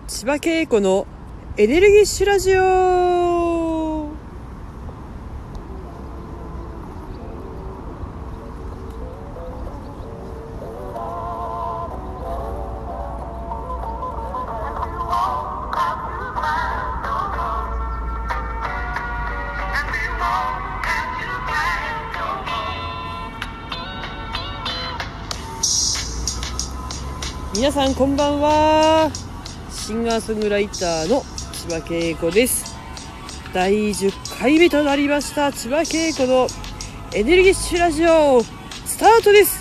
千葉恵子のエネルギッシュラジオ。皆さんこんばんは。シンガーソングライターの千葉恵子です。第10回目となりました千葉恵子のエネルギッシュラジオスタートです。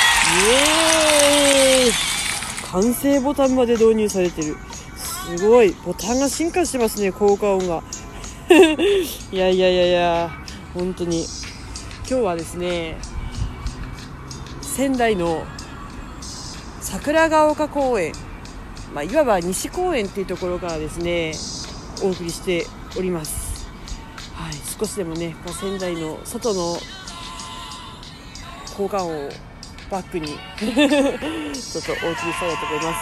イエーイ。完成ボタンまで導入されてる。すごいボタンが進化してますね、効果音がいや本当に今日はですね、仙台の桜ヶ丘公園、いわば西公園っていうところからですねお送りしております。はい、少しでもね、仙台の外の効果音をバックにちょっとお送りしたいなと思います。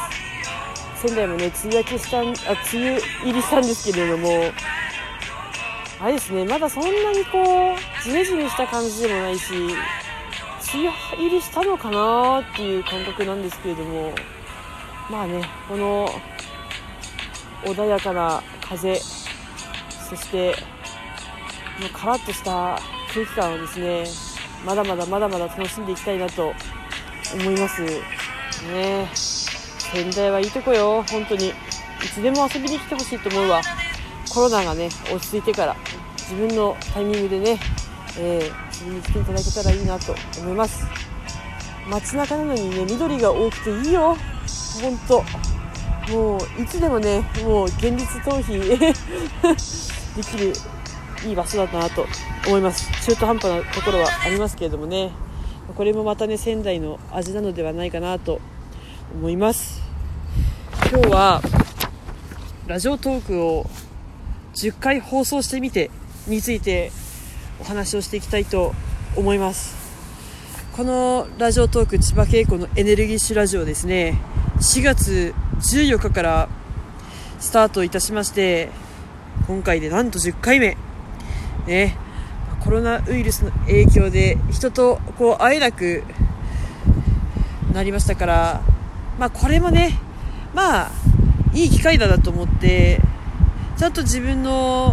仙台もね梅雨入りしたんですけれども、あれですね、まだそんなにジメジメした感じでもないし、梅雨入りしたのかなっていう感覚なんですけれども、この穏やかな風、そしてカラッとした空気感をですね、まだまだ楽しんでいきたいなと思いますね。仙台はいいとこよ、本当に。いつでも遊びに来てほしいと思うわ。コロナがね落ち着いてから自分のタイミングでね、遊びに来ていただけたらいいなと思います。街中なのにね緑が多くていいよ、ほんと。もういつでもね、もう現実逃避できるいい場所だなと思います。中途半端なところはありますけれどもね、これもまたね仙台の味なのではないかなと思います。今日はラジオトークを10回放送してみてについてお話をしていきたいと思います。このラジオトーク千葉恵子のエネルギッシュラジオですね、4月14日からスタートいたしまして、今回でなんと10回目ね。コロナウイルスの影響で人と会えなくなりましたから、これもねいい機会だなと思って、ちゃんと自分の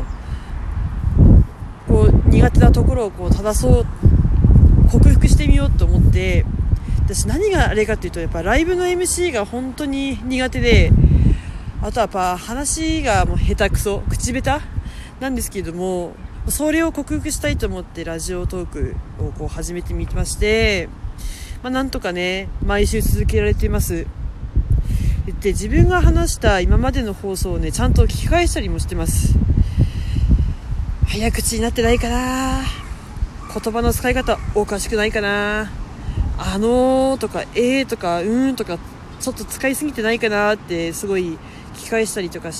苦手なところを克服してみようと思って、私何があれかというと、やっぱライブの MC が本当に苦手で、あとはやっぱ話がもう下手くそ、口下手なんですけれども、それを克服したいと思ってラジオトークを始めてみまして、なんとかね毎週続けられています。で、自分が話した今までの放送をねちゃんと聞き返したりもしてます。早口になってないかな、言葉の使い方おかしくないかな、とかとかとかちょっと使いすぎてないかなってすごい聞き返したりとかして、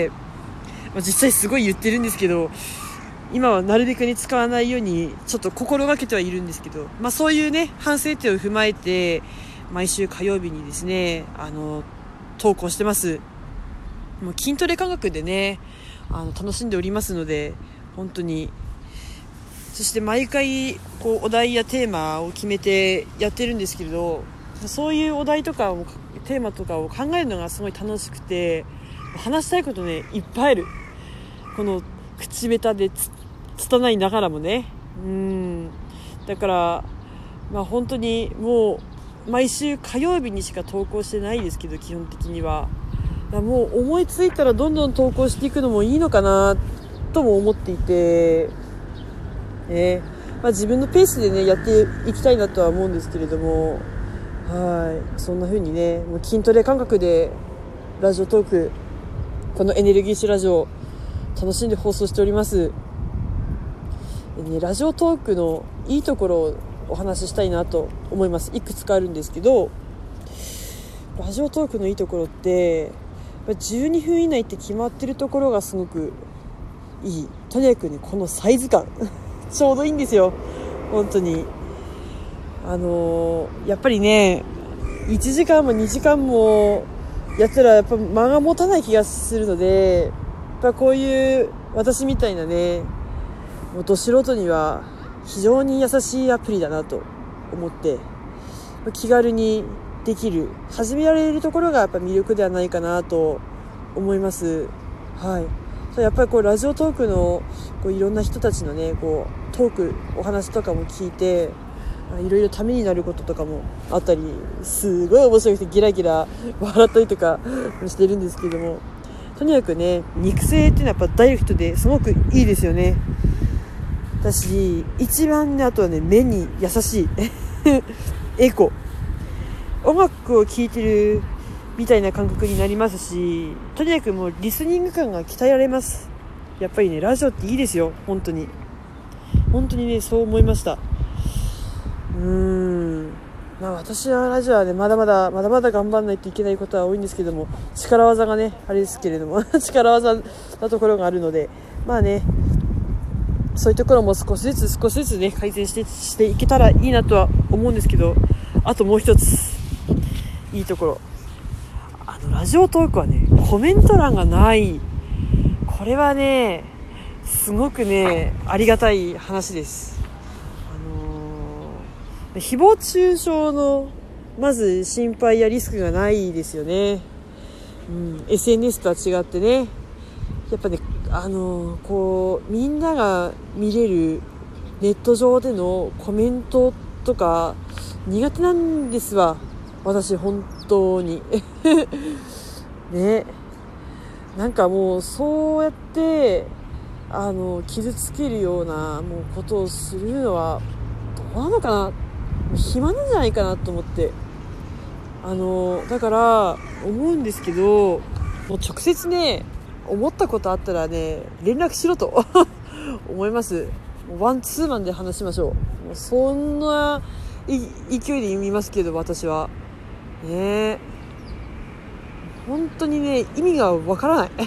実際すごい言ってるんですけど、今はなるべくに使わないようにちょっと心がけてはいるんですけど、そういうね反省点を踏まえて毎週火曜日にですね投稿してます。もう筋トレ感覚でね楽しんでおりますので、本当に。そして毎回お題やテーマを決めてやってるんですけれど、そういうお題とかテーマとかを考えるのがすごい楽しくて、話したいことねいっぱいある。この口下手で拙いながらもね、だから本当にもう毎週火曜日にしか投稿してないですけど、基本的にはもう思いついたらどんどん投稿していくのもいいのかなとも思っていて、自分のペースでねやっていきたいなとは思うんですけれども、そんな風にねもう筋トレ感覚でラジオトーク、このエネルギッシュラジオ楽しんで放送しております。ラジオトークのいいところをお話ししたいなと思います。いくつかあるんですけど、ラジオトークのいいところって12分以内って決まってるところがすごくいい。とにかくねこのサイズ感ちょうどいいんですよ、本当に。やっぱりね1時間も2時間もやったらやっぱ間が持たない気がするので、やっぱこういう私みたいなね、もうど素人には非常に優しいアプリだなと思って、気軽にできる、始められるところがやっぱ魅力ではないかなと思います。はい。やっぱりこうラジオトークのこういろんな人たちのね、こうトーク、お話とかも聞いて、いろいろためになることとかもあったり、すごい面白くてギラギラ笑ったりとかしてるんですけども、とにかくね、肉声っていうのはやっぱダイレクトですごくいいですよね。私一番ね、あとはね、目に優しいエコ、音楽を聴いてるみたいな感覚になりますし、とにかくもうリスニング感が鍛えられます。やっぱりね、ラジオっていいですよ、本当にね、そう思いました。私はラジオはね、まだまだ頑張んないといけないことは多いんですけども、力技がね、あれですけれども力技なところがあるので、まあね、そういうところも少しずつね、改善していけたらいいなとは思うんですけど、あともう一ついいところ、ラジオトークはね、コメント欄がない。これはね、すごくね、ありがたい話です。誹謗中傷のまず心配やリスクがないですよね。SNS とは違ってね、やっぱね、こうみんなが見れるネット上でのコメントとか苦手なんですわ、私本当にね、なんかもうそうやって傷つけるようなもうことをするのはどうなのかな、暇なんじゃないかなと思って、だから思うんですけど、もう直接ね、思ったことあったらね、連絡しろと思います。ワンツーマンで話しましょう。もうそんな勢いで言いますけど、私はね、本当にね、意味がわからない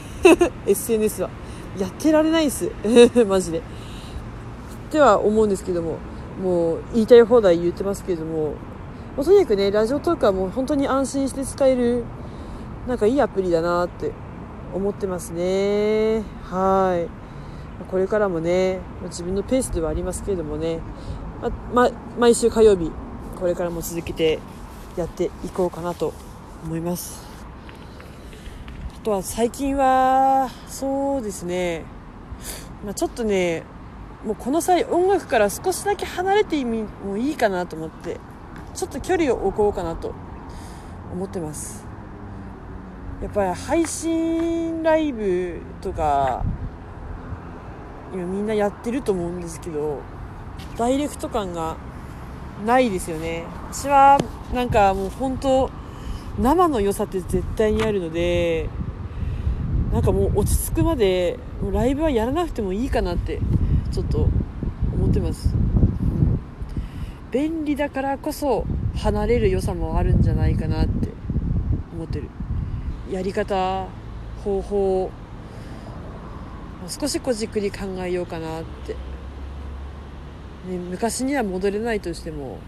SNS はやってられないですマジでっては思うんですけども、もう言いたい放題言ってますけれども、とにかくね、ラジオトークはもう本当に安心して使える、なんかいいアプリだなって思ってますね。はい。これからもね、自分のペースではありますけれどもね、毎週火曜日、これからも続けてやっていこうかなと思います。あとは最近はそうですね、ちょっとね、もうこの際音楽から少しだけ離れてもいいかなと思って、ちょっと距離を置こうかなと思ってます。やっぱり配信ライブとか今みんなやってると思うんですけど、ダイレクト感がないですよね。私はなんかもう本当生の良さって絶対にあるので、なんかもう落ち着くまでもうライブはやらなくてもいいかなってちょっと思ってます。便利だからこそ離れる良さもあるんじゃないかなって思ってる。やり方、方法、少しじっくり考えようかなって、昔には戻れないとしても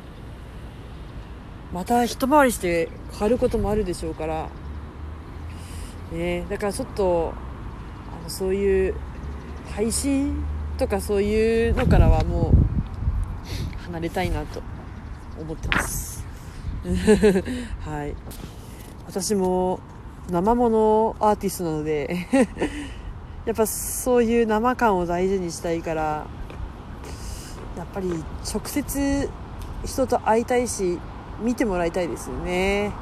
また一回りして変わることもあるでしょうから、だからちょっとそういう配信とかそういうのからはもう離れたいなと思ってますはい、私も生ものアーティストなのでやっぱそういう生感を大事にしたいから、やっぱり直接人と会いたいし見てもらいたいですよね。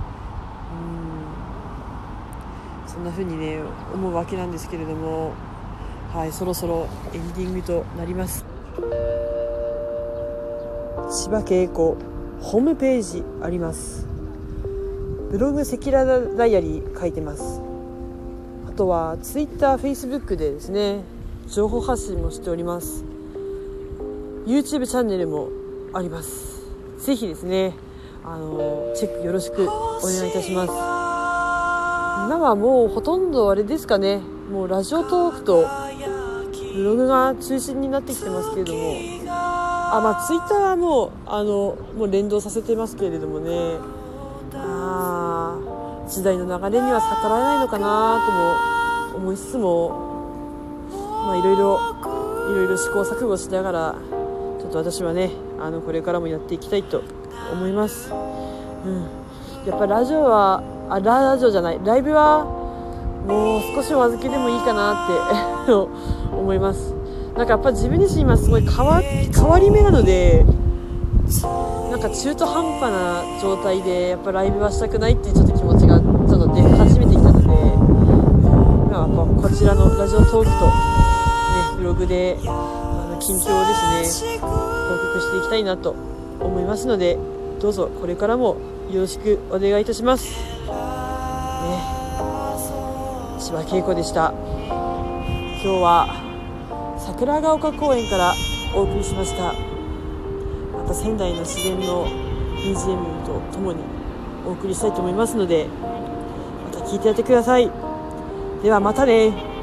そんな風にね思うわけなんですけれども、はい、そろそろエンディングとなります。千葉恵子ホームページあります。ブログ赤裸々ダイアリー書いてます。あとはツイッター、フェイスブックでですね、情報発信もしております。 YouTube チャンネルもあります。ぜひですねチェックよろしくお願いいたします。今はもうほとんどあれですかね、もうラジオトークとブログが中心になってきてますけれども、ツイッターはもう連動させてますけれどもね、 時代の流れには逆らえないのかなとも思いつつも、いろいろ試行錯誤しながらちょっと私はねこれからもやっていきたいと思います。やっぱラジオはラジオじゃないライブはもう少しお預けでもいいかなって思います。なんかやっぱ自分自身今すごい変わり目なので、なんか中途半端な状態でやっぱライブはしたくないっていうちょっと気持ちがちょっと出始めてきたので、やっぱこちらのラジオトークと、ね、ブログで近況をですね報告していきたいなと思いますので、どうぞこれからもよろしくお願いいたします、千葉恵子でした。今日は桜ヶ丘公園からお送りしました。また仙台の自然の BGM とともにお送りしたいと思いますので、また聞いてやってください。ではまたね。